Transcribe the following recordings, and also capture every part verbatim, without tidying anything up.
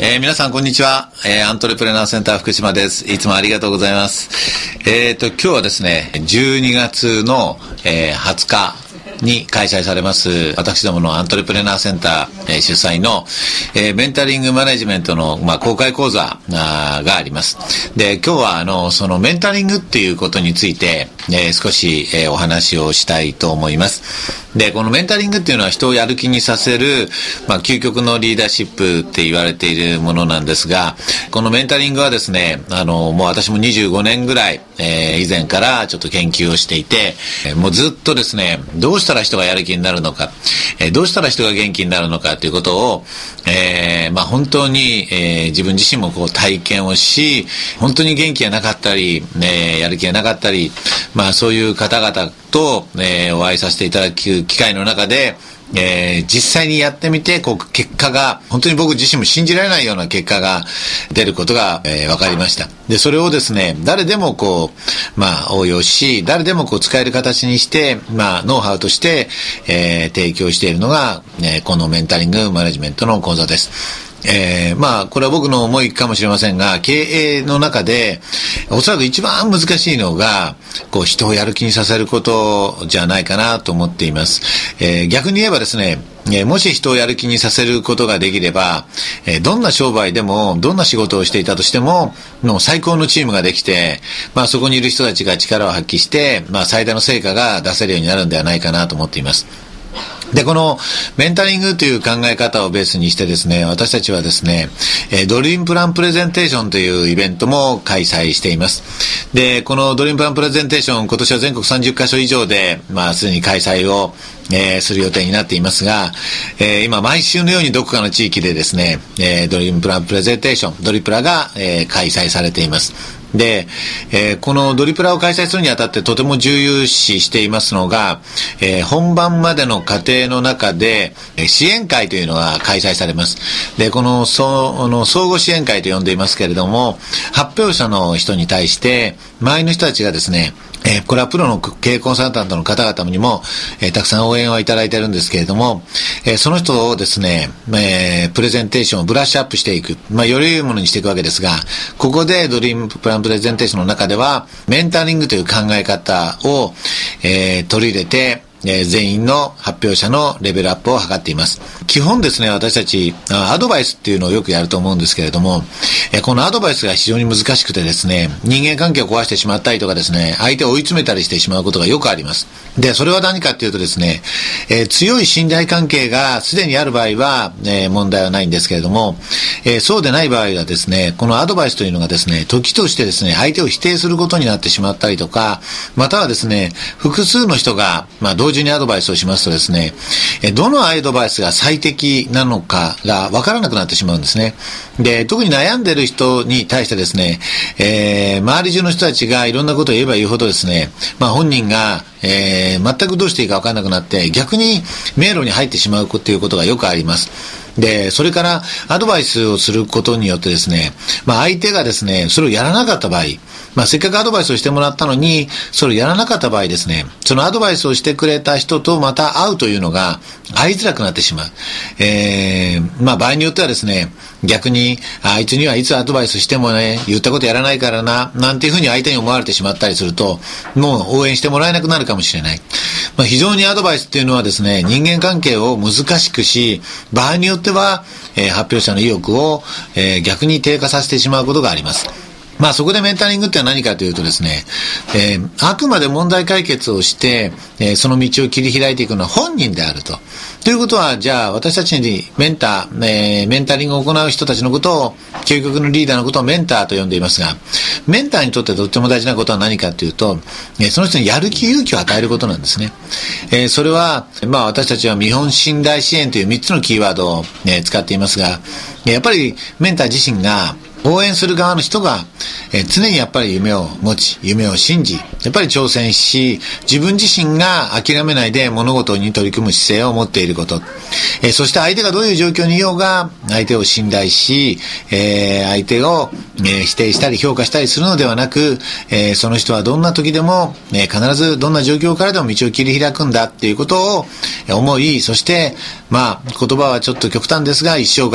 えー、皆さんこんにちは、えー、アントレプレナーセンター福島です。いつもありがとうございます。えーと今日はですねじゅうにがつの、えー、はつかに開催されます私どものアントレプレナーセンター、えー、主催の、えー、メンタリングマネジメントの、まあ、公開講座あがあります。で今日はあのそのメンタリングっていうことについて、えー、少し、えー、お話をしたいと思います。でこのメンタリングっていうのは人をやる気にさせる、まあ、究極のリーダーシップって言われているものなんですが、このメンタリングはですねあのもう私もにじゅうごねんぐらい、えー、以前からちょっと研究をしていて、えー、もうずっとですねどうしたら人がやる気になるのか、えー、どうしたら人が元気になるのかということを、えーまあ、本当に、えー、自分自身もこう体験をし、本当に元気がなかったり、ね、やる気がなかったり、まあ、そういう方々と、えー、お会いさせていただく機会の中で、えー、実際にやってみてこう結果が本当に僕自身も信じられないような結果が出ることが、えー、分かりました。でそれをですね誰でもこうまあ応用し、誰でもこう使える形にして、まあ、ノウハウとして、えー、提供しているのが、えー、このメンタリングマネジメントの講座です。えー、まあこれは僕の思いかもしれませんが、経営の中でおそらく一番難しいのがこう人をやる気にさせることじゃないかなと思っています。えー、逆に言えばですね、えー、もし人をやる気にさせることができれば、えー、どんな商売でもどんな仕事をしていたとしてももう最高のチームができて、まあ、そこにいる人たちが力を発揮して、まあ、最大の成果が出せるようになるんではないかなと思っています。でこのメンタリングという考え方をベースにしてですね、私たちはですねドリームプランプレゼンテーションというイベントも開催しています。でこのドリームプランプレゼンテーション、今年は全国さんじゅっかしょ以上で、まあ、すでに開催を、えー、する予定になっていますが、えー、今毎週のようにどこかの地域でですね、えー、ドリームプランプレゼンテーションドリプラが、えー、開催されています。で、えー、このドリプラを開催するにあたってとても重要視していますのが、えー、本番までの過程の中で支援会というのが開催されます。でこのその相互支援会と呼んでいますけれども、発表者の人に対して周りの人たちがですね、えー、これはプロの経営コンサルタントの方々にも、えー、たくさん応援をいただいているんですけれども、えー、その人をですね、えー、プレゼンテーションをブラッシュアップしていく、まあ、より良いものにしていくわけですが、ここでドリームプランプレゼンテーションの中ではメンタリングという考え方を、えー、取り入れて、えー、全員の発表者のレベルアップを図っています。基本ですね、私たちアドバイスっていうのをよくやると思うんですけれども、えー、このアドバイスが非常に難しくてですね、人間関係を壊してしまったりとかですね、相手を追い詰めたりしてしまうことがよくあります。でそれは何かっていうとですね、えー、強い信頼関係がすでにある場合は、えー、問題はないんですけれども、えー、そうでない場合はですね、このアドバイスというのがですね、時としてですね相手を否定することになってしまったりとか、またはですね複数の人が、まあ、同時にアドバイスをしますとですね、えどのアドバイスが最適なのかが分からなくなってしまうんですね。で特に悩んでいる人に対してですね、えー、周り中の人たちがいろんなことを言えば言うほどですね、まあ、本人がえー、全くどうしていいか分からなくなって逆に迷路に入ってしまうということがよくあります。でそれからアドバイスをすることによってですね、まあ、相手がですねそれをやらなかった場合、まあ、せっかくアドバイスをしてもらったのにそれをやらなかった場合ですね、そのアドバイスをしてくれた人とまた会うというのが会いづらくなってしまう。えー、まあ場合によってはですね、逆にあいつにはいつアドバイスしてもね言ったことやらないからななんていうふうに相手に思われてしまったりすると、もう応援してもらえなくなるかもしれない。まあ、非常にアドバイスっていうのはですね、人間関係を難しくし、場合によっては、えー、発表者の意欲を、えー、逆に低下させてしまうことがあります。まあそこでメンタリングってのは何かというとですね、えー、あくまで問題解決をして、えー、その道を切り開いていくのは本人であると。ということは、じゃあ私たちにメンター、えー、メンタリングを行う人たちのことを、究極のリーダーのことをメンターと呼んでいますが、メンターにとってとっても大事なことは何かというと、えー、その人にやる気勇気を与えることなんですね。えー、それは、まあ私たちは見本信頼支援というみっつのキーワードを、えー、使っていますが、やっぱりメンター自身が応援する側の人が、えー、常にやっぱり夢を持ち、夢を信じ、やっぱり挑戦し、自分自身が諦めないで物事に取り組む姿勢を持っていること、えー、そして相手がどういう状況にいようが相手を信頼し、えー、相手を、えー、否定したり評価したりするのではなく、えー、その人はどんな時でも、えー、必ずどんな状況からでも道を切り開くんだっていうことを思い、そしてまあ言葉はちょっと極端ですが一生涯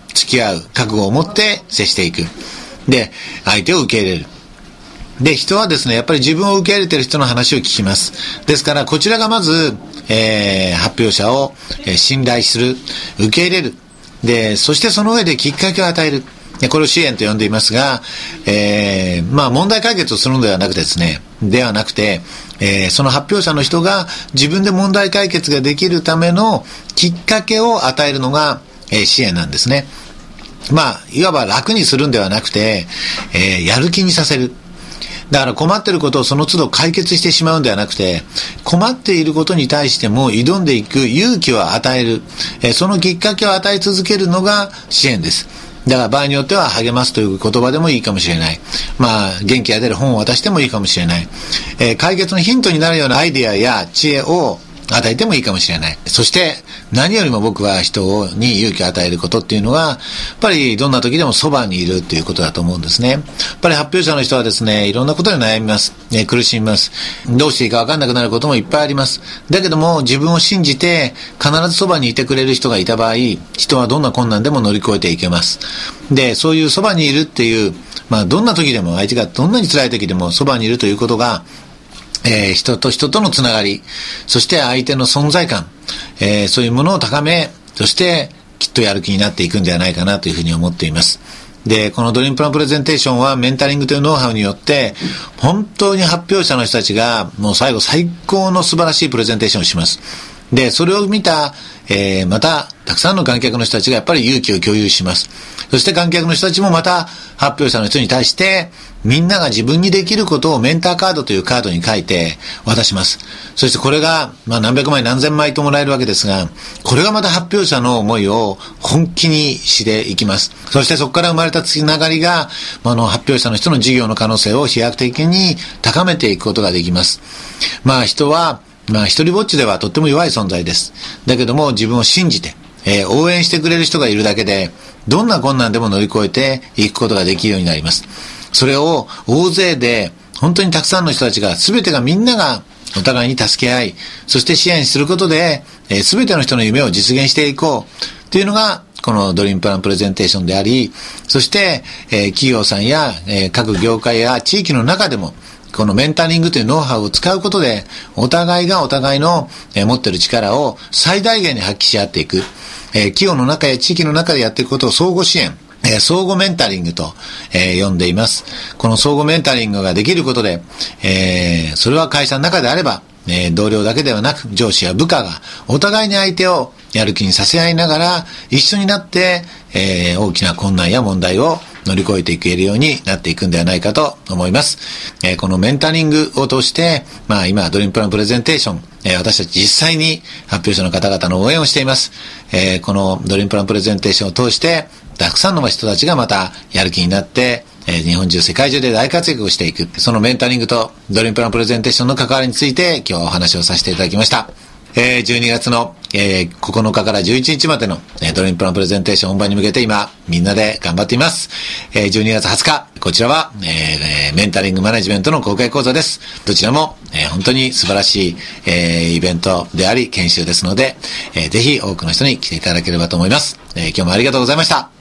付き合う覚悟を持って接していく。で、相手を受け入れる。で、人はですね、やっぱり自分を受け入れている人の話を聞きます。ですから、こちらがまず、えー、発表者を、えー、信頼する、受け入れる。で、そしてその上できっかけを与える。これを支援と呼んでいますが、えー、まあ問題解決をするのではなくてですね、ではなくて、えー、その発表者の人が自分で問題解決ができるためのきっかけを与えるのが、えー、支援なんですね。まあ、いわば楽にするんではなくて、えー、やる気にさせる。だから困っていることをその都度解決してしまうんではなくて、困っていることに対しても挑んでいく勇気を与える、えー、そのきっかけを与え続けるのが支援です。だから場合によっては励ますという言葉でもいいかもしれない。まあ、元気が出る本を渡してもいいかもしれない。えー、解決のヒントになるようなアイデアや知恵を与えてもいいかもしれない。そして何よりも僕は人に勇気を与えることっていうのは、やっぱりどんな時でもそばにいるっていうことだと思うんですね。やっぱり発表者の人はですね、いろんなことに悩みます。ね、苦しみます。どうしていいか分かんなくなることもいっぱいあります。だけども自分を信じて必ずそばにいてくれる人がいた場合、人はどんな困難でも乗り越えていけます。で、そういうそばにいるっていう、まあどんな時でも相手がどんなに辛い時でもそばにいるということが、えー、人と人とのつながり、そして相手の存在感、えー、そういうものを高め、そしてきっとやる気になっていくんではないかなというふうに思っています。で、このドリームプランプレゼンテーションはメンタリングというノウハウによって本当に発表者の人たちがもう最後最高の素晴らしいプレゼンテーションをします。で、それを見た、えー、またたくさんの観客の人たちがやっぱり勇気を共有します。そして観客の人たちもまた発表者の人に対してみんなが自分にできることをメンターカードというカードに書いて渡します。そしてこれが、まあ何百枚何千枚ともらえるわけですが、これがまた発表者の思いを本気にしていきます。そしてそこから生まれたつながりが、あの発表者の人の事業の可能性を飛躍的に高めていくことができます。まあ人は、まあ一人ぼっちではとっても弱い存在です。だけども自分を信じて、えー、応援してくれる人がいるだけで、どんな困難でも乗り越えていくことができるようになります。それを大勢で本当にたくさんの人たちが、全てがみんながお互いに助け合い、そして支援することで、えー、全ての人の夢を実現していこうというのがこのドリームプランプレゼンテーションであり、そして、えー、企業さんや、えー、各業界や地域の中でもこのメンタリングというノウハウを使うことで、お互いがお互いの、えー、持っている力を最大限に発揮し合っていく、えー、企業の中や地域の中でやっていくことを相互支援、えー、相互メンタリングと、えー、呼んでいます。この相互メンタリングができることで、えー、それは会社の中であれば、えー、同僚だけではなく上司や部下がお互いに相手をやる気にさせ合いながら一緒になって、えー、大きな困難や問題を乗り越えていけるようになっていくんではないかと思います。えー、このメンタリングを通して、まあ今ドリームプランプレゼンテーション、えー、私たち実際に発表者の方々の応援をしています。えー、このドリームプランプレゼンテーションを通してたくさんの人たちがまたやる気になって、えー、日本中世界中で大活躍をしていく、そのメンタリングとドリームプランプレゼンテーションの関わりについて今日はお話をさせていただきました。えー、じゅうにがつの、えー、ここのかからじゅういちにちまでの、えー、ドリームプランプレゼンテーション本番に向けて今みんなで頑張っています。えー、じゅうにがつはつか、こちらは、えー、メンタリングマネジメントの公開講座です。どちらも、えー、本当に素晴らしい、えー、イベントであり研修ですので、えー、ぜひ多くの人に来ていただければと思います。えー、今日もありがとうございました。